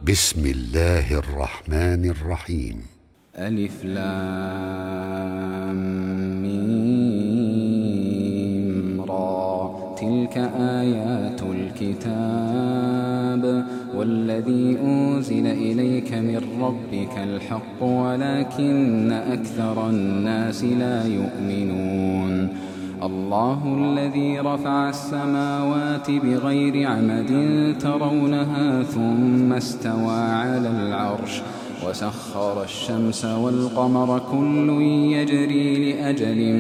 بسم الله الرحمن الرحيم. ألف لام ميم را. تلك آيات الكتاب والذي أنزل إليك من ربك الحق ولكن أكثر الناس لا يؤمنون. الله الذي رفع السماوات بغير عمد ترونها ثم استوى على العرش وسخر الشمس والقمر كل يجري لأجل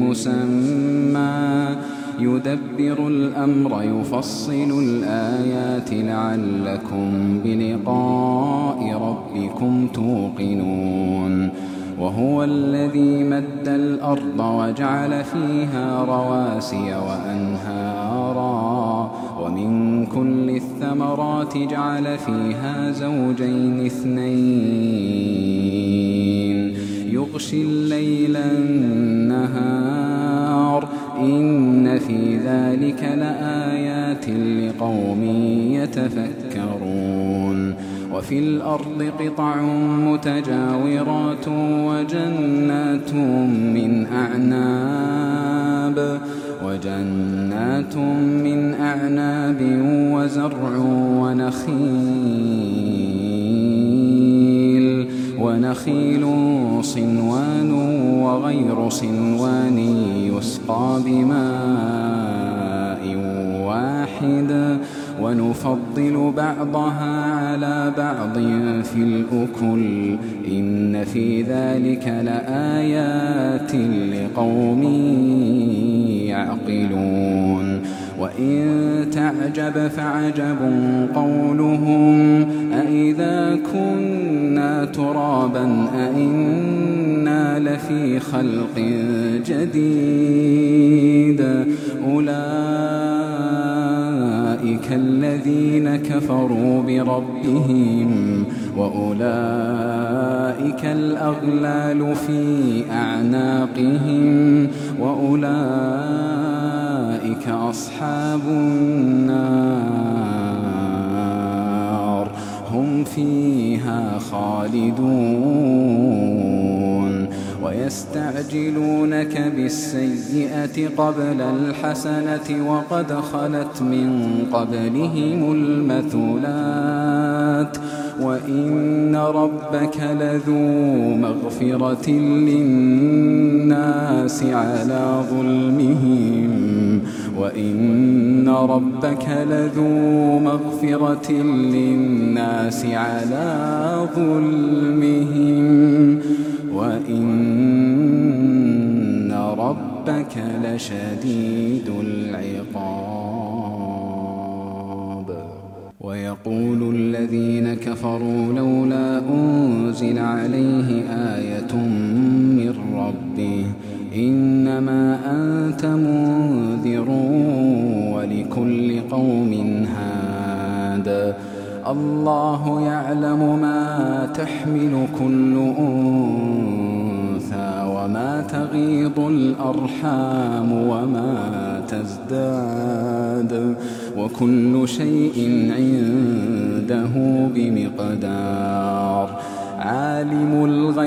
مسمى يدبر الأمر يفصل الآيات لعلكم بلقاء ربكم توقنون. وهو الذي مد الأرض وجعل فيها رواسي وأنهارا ومن كل الثمرات جعل فيها زوجين اثنين يغشي الليل النهار إن في ذلك لآيات لقوم يتفكرون. وفي الأرض قطع متجاورات وجنات من أعناب وزرع ونخيل صنوان وغير صنوان يسقى بماء واحد ونفضل بعضها على بعض في الأكل إن في ذلك لآيات لقوم يعقلون. وإن تعجب فعجب قولهم أإذا كنا ترابا أإنا لفي خلق جديد أولئك الذين كفروا بربهم وأولئك الأغلال في أعناقهم وأولئك أصحاب النار هم فيها خالدون. ويستعجلونك بالسيئة قبل الحسنة وقد خلت من قبلهم المثلات وإن ربك لذو مغفرة للناس على ظلمهم وإن ربك لذو مغفرة للناس على ظلمهم وإن ربك لشديد العقاب. ويقول الذين كفروا لولا أنزل عليه آية من ربه إنما أنت منذر ولكل قوم هاد الله يعلم ما تحمل كل أنثى وما تغيض الأرحام وما تزداد وكل شيء عنده بمقدار. عالم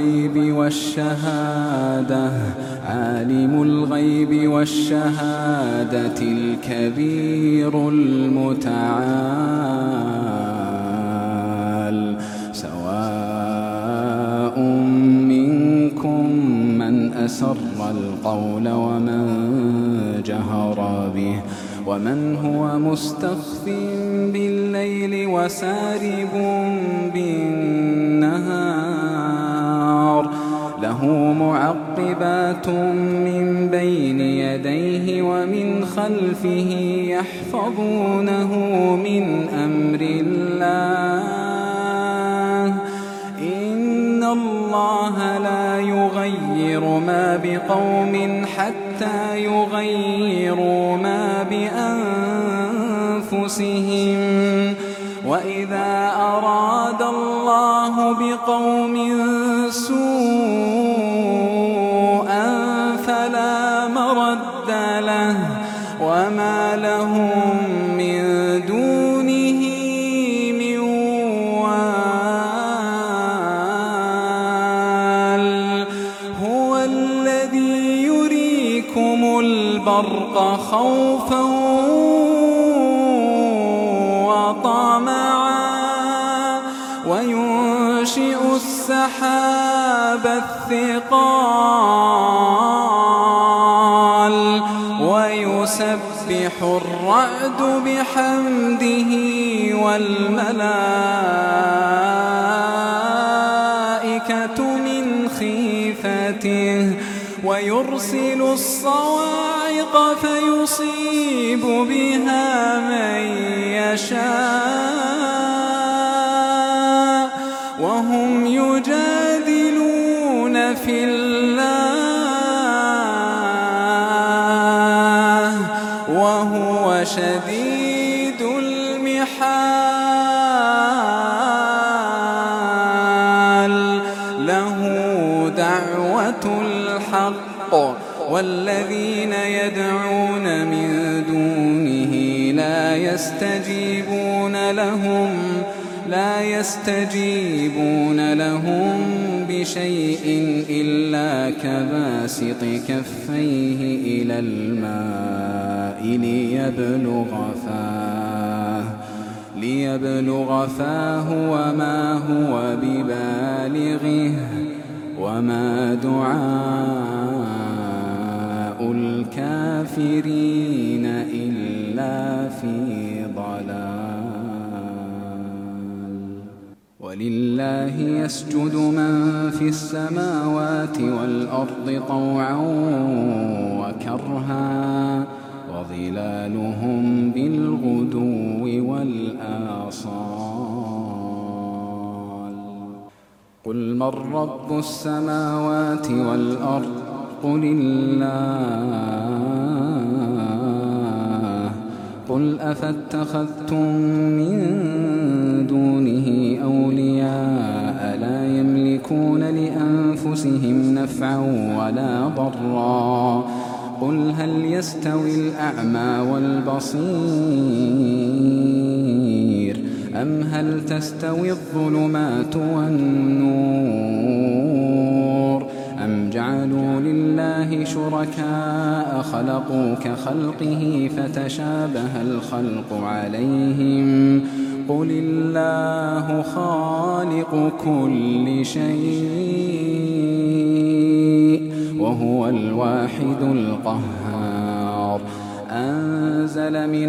الغيب والشهادة الكبير المتعال سواء منكم من أسر القول ومن جهر به ومن هو مستخف بالليل وسارب بالنهار له معقبات من بين يديه ومن خلفه يحفظونه من أمر الله إن الله لا يغير ما بقوم حتى يغيروا ما بأنفسهم وإذا أراد الله بقوم سوءا فلا مرد له وما لهم من دونه من وال. البرق خوفا وطمعا وينشئ السحاب الثقال ويسبح الرعد بحمده والملائكة من خيفته ويرسل الصواعق فيصيب بها من يشاء وهم يجادلون في الله وهو شديد المحال له دعوة الحق والذين يدعون من دونه لا يستجيبون لهم بشيء إلا كباسط كفيه إلى الماء ليبلغ فاه وما هو ببالغه وما دعاء الكافرين إلا في ضلال ولله يسجد من في السماوات والأرض طوعا وكرها وظلالهم بالغدو والآصال قل من رب السماوات والأرض قل الله قل أفاتخذتم من دونه أولياء لا يملكون لأنفسهم نفعا ولا ضرا قل هل يستوي الأعمى والبصير أم هل تستوي الظلمات والنور أم جعلوا لله شركاء خلقوا كخلقه فتشابه الخلق عليهم قل الله خالق كل شيء وهو الواحد القهار أنزل من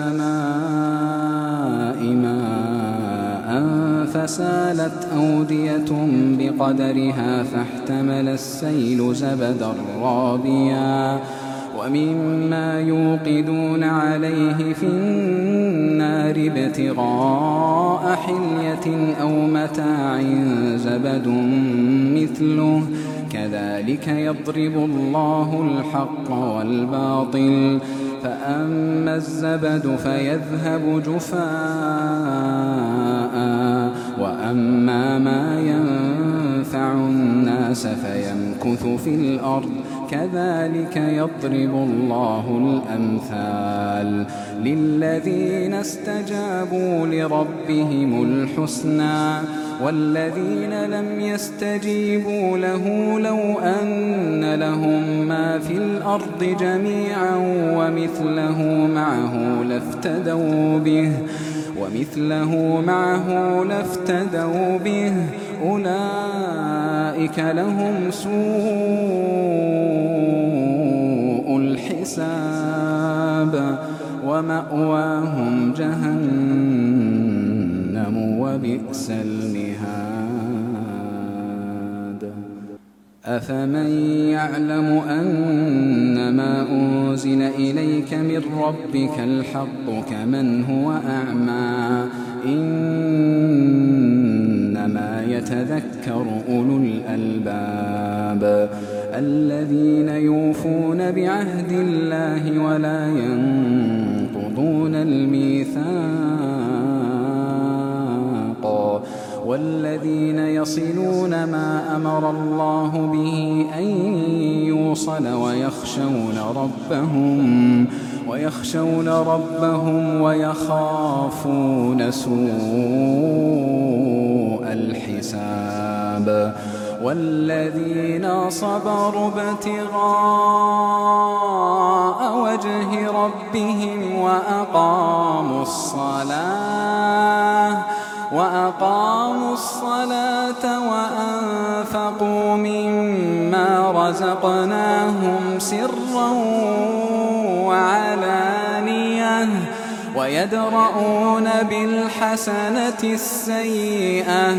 السماء ماء فسالت أودية بقدرها فاحتمل السيل زبدا رابيا ومما يوقدون عليه في النار ابتغاء حلية أو متاع زبد مثله كذلك يضرب الله الحق والباطل فأما الزبد فيذهب جفاء وأما ما ينفع الناس فيمكث في الأرض كذلك يضرب الله الأمثال للذين استجابوا لربهم الحسنى والذين لم يستجيبوا له لو أن لهم ما في الأرض جميعا ومثله معه لافتدوا به أولئك لهم سوء الحساب ومأواهم جهنم وبئس المهاد أفمن يعلم أنما أنزل إليك من ربك الحق كمن هو أعمى إنما يتذكر أولو الألباب الذين يوفون بعهد الله ولا ينقضون الميثاق والذين يصلون ما أمر الله به أن يوصل ويخشون ربهم ويخافون سوء الحساب والذين صبروا ابتغاء وجه ربهم وأقاموا الصلاة وأنفقوا مما رزقناهم سرا وعلانية ويدرؤون بالحسنة السيئة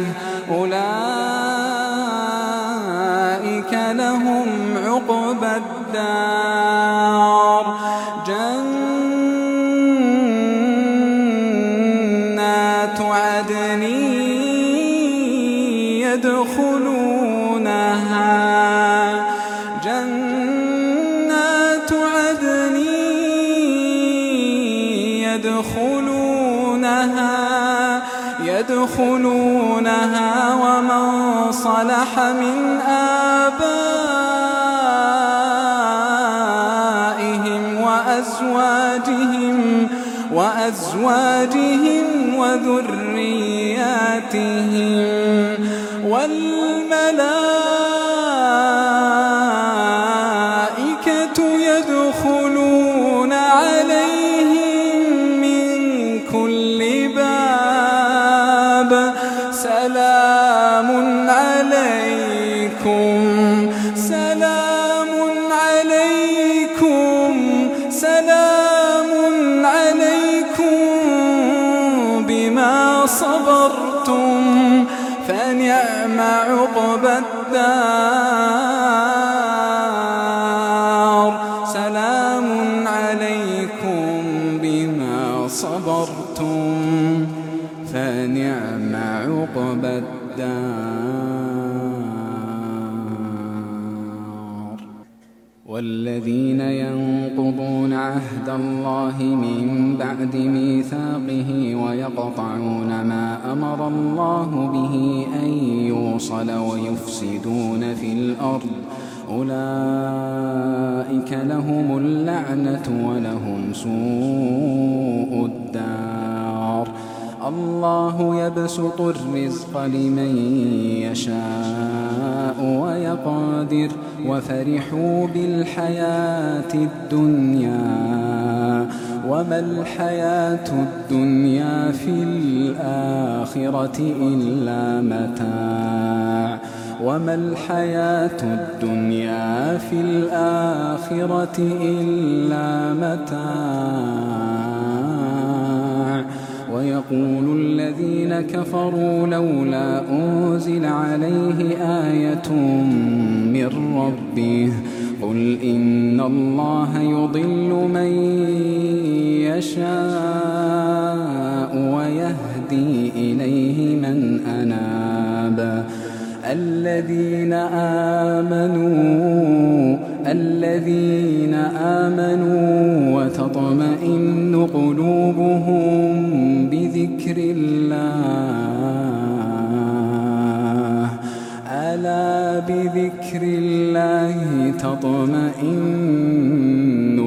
أولئك لهم عقبى الدار جنات عدن يدخلونها ومن صلح من آبائهم وأزواجهم وذرياتهم والملائكة يدخلون عليهم من كل باب سلام عليكم بما صبرتم فنعم عقبى الدار سلام عليكم بما صبرتم فنعم عقبى الدار. والذين ينقضون عهد الله من بعد ميثاقه ويقطعون ما أمر الله به أن يوصل ويفسدون في الأرض أولئك لهم اللعنة ولهم سوء الدار. الله يبسط الرزق لمن يشاء ويقدر وفرحوا بالحياة الدنيا وما الحياة الدنيا في الآخرة إلا متاع وما الحياة الدنيا في الآخرة إلا متاع. ويقول الذين كفروا لولا أنزل عليه آية من ربه قل إن الله يضل من يشاء ويهدي إليه من أناب. الذين آمنوا وتطمئن قلوبهم بذكر الله ألا بذكر الله تطمئن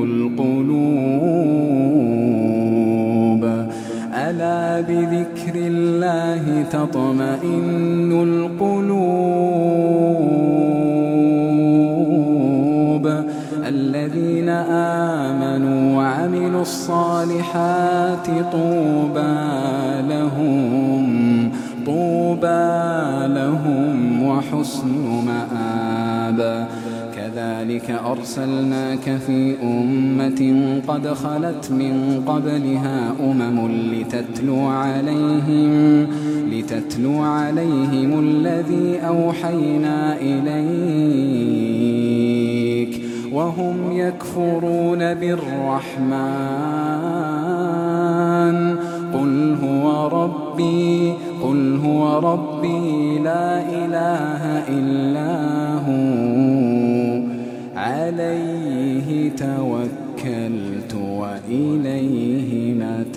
القلوب ألا بذكر الله تطمئن القلوب. الذين آمنوا وعملوا الصالحات طوبى لهم وحسن مآب. كذلك أرسلناك في أمة قد خلت من قبلها أمم لتتلو عليهم الذي أوحينا إليك وهم يكفرون بالرحمن قل هو ربي لا إله إلا هو عليه توكلت وإليه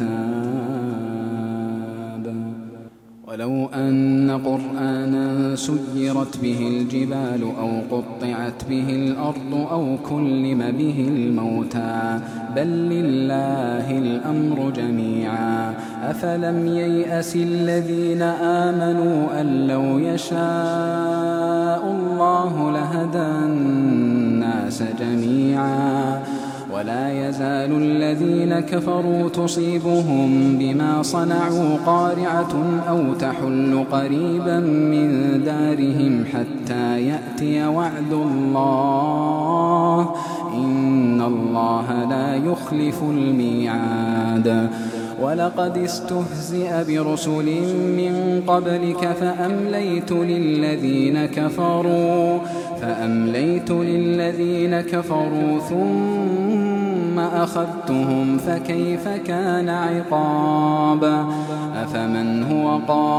متاب. ولو أن قرآنا سيرت به الجبال أو قطعت به الأرض أو كلم به الموتى بل لله الأمر جميعا أفلم ييأس الذين آمنوا أن لو يشاء الناس جميعا ولا يزال الذين كفروا تصيبهم بما صنعوا قارعة أو تحل قريبا من دارهم حتى يأتي وعد الله إن الله لا يخلف الميعاد ولقد استهزئ برسل من قبلك فأمليت للذين كفروا ثم أخذتهم فكيف كان عقاب أفمن هو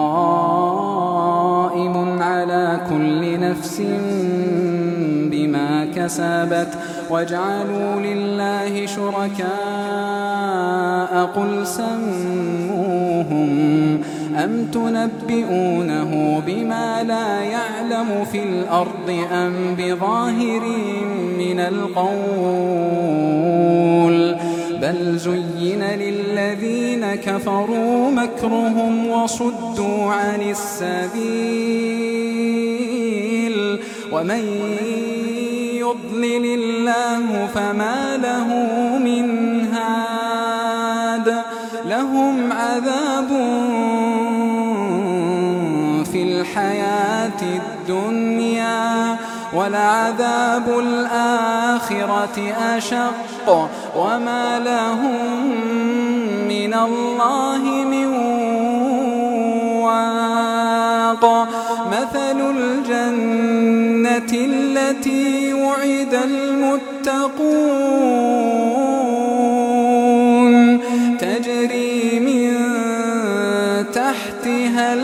قائم على كل نفس بما كسبت وجعلوا لله شركاء قل سموهم أم تنبئونه بما لا يعلم في الأرض أم بظاهر من القول بل زين للذين كفروا مكرهم وصدوا عن السبيل ومن يضلل الله فما له من هاد لهم عذاب في الحياة الدنيا ولعذاب الآخرة أشق وما لهم من الله من واق مثل الجنة التي وعد المتقون تجري من تحتها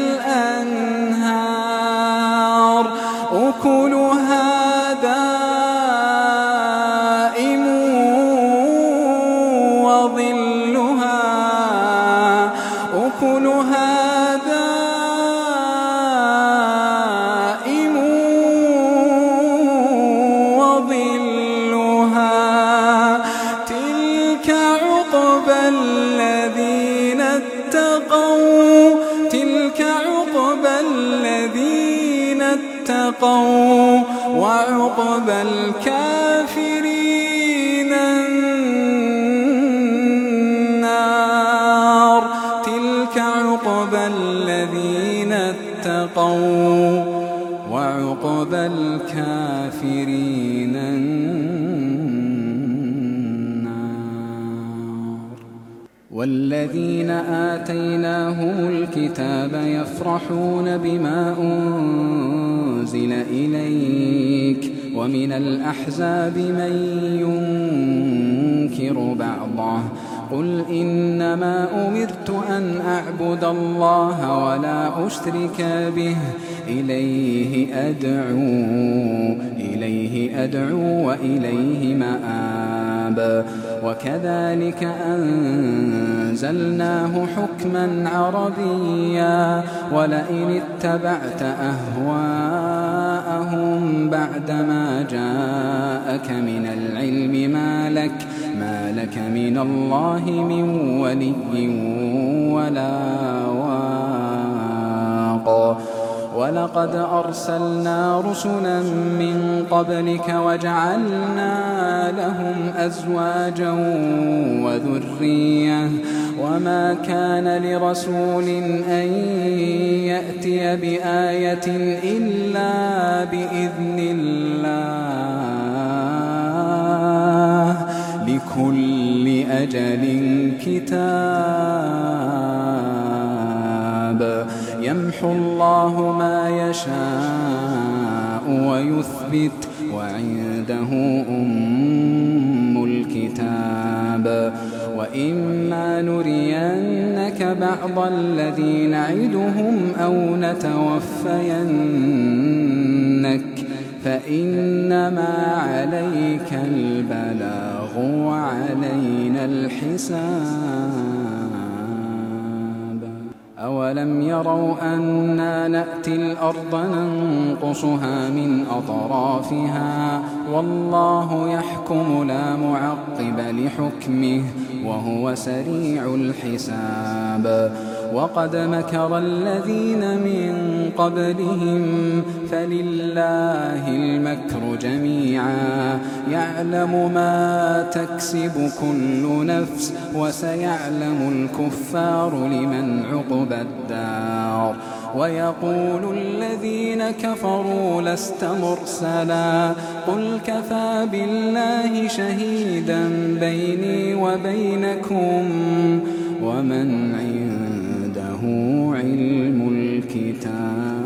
الأنهار أكلها دائم وظلها تلك عقبى الذين اتقوا وعقبى الكافرين النار تلك عقبى الذين اتقوا وعقبى الكافرين والذين آتيناهم الكتاب يفرحون بما أنزل إليك ومن الأحزاب من ينكر بعضه قل إنما أمرت أن أعبد الله ولا أشرك به إليه أدعو وإليه مآب وكذلك أنزلناه حكما عربيا ولئن اتبعت أهواءهم بعدما جاءك من العلم ما لك من الله من ولي ولا واق ولقد أرسلنا رسلا من قبلك وجعلنا لهم أزواجا وذرية وما كان لرسول أن يأتي بآية إلا بإذن الله لكل أجل كتاب يمحو الله ما يشاء ويثبت وعنده أم الكتاب وإما نرينك بعض الذي نعدهم أو نتوفينك فإنما عليك البلاغ وعلينا الحساب أولم يروا أنا نأتي الأرض ننقصها من أطرافها والله يحكم لا معقب لحكمه وهو سريع الحساب وقد مكر الذين من قبلهم فلله المكر جميعا يعلم ما تكسب كل نفس وسيعلم الكفار لمن عقبى الدار ويقول الذين كفروا لست مرسلا قل كفى بالله شهيدا بيني وبينكم ومن عنده علم الكتاب